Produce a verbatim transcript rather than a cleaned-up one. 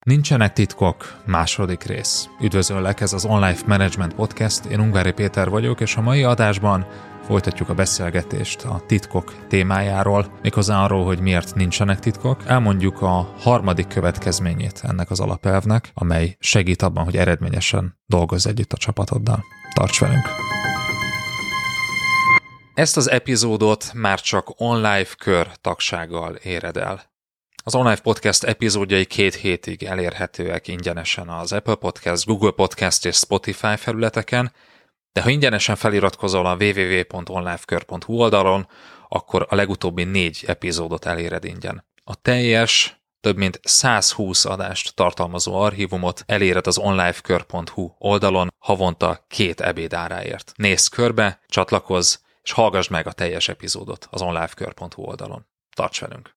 Nincsenek titkok, második rész. Üdvözöllek, ez az Online Management Podcast, én Ungvári Péter vagyok, és a mai adásban folytatjuk a beszélgetést a titkok témájáról, méghozzá arról, hogy miért nincsenek titkok. Elmondjuk a harmadik következményét ennek az alapelvnek, amely segít abban, hogy eredményesen dolgozz együtt a csapatoddal. Tarts velünk! Ezt az epizódot már csak online kör tagsággal éred el. Az Online Podcast epizódjai két hétig elérhetőek ingyenesen az Apple Podcast, Google Podcast és Spotify felületeken, de ha ingyenesen feliratkozol a double-u double-u double-u pont onlifekör pont hu oldalon, akkor a legutóbbi négy epizódot eléred ingyen. A teljes, több mint százhúsz adást tartalmazó archívumot eléred az onlifekör pont hu oldalon havonta két ebéd áráért. Nézz körbe, csatlakozz, és hallgass meg a teljes epizódot az onlifekör pont hu oldalon. Tarts velünk!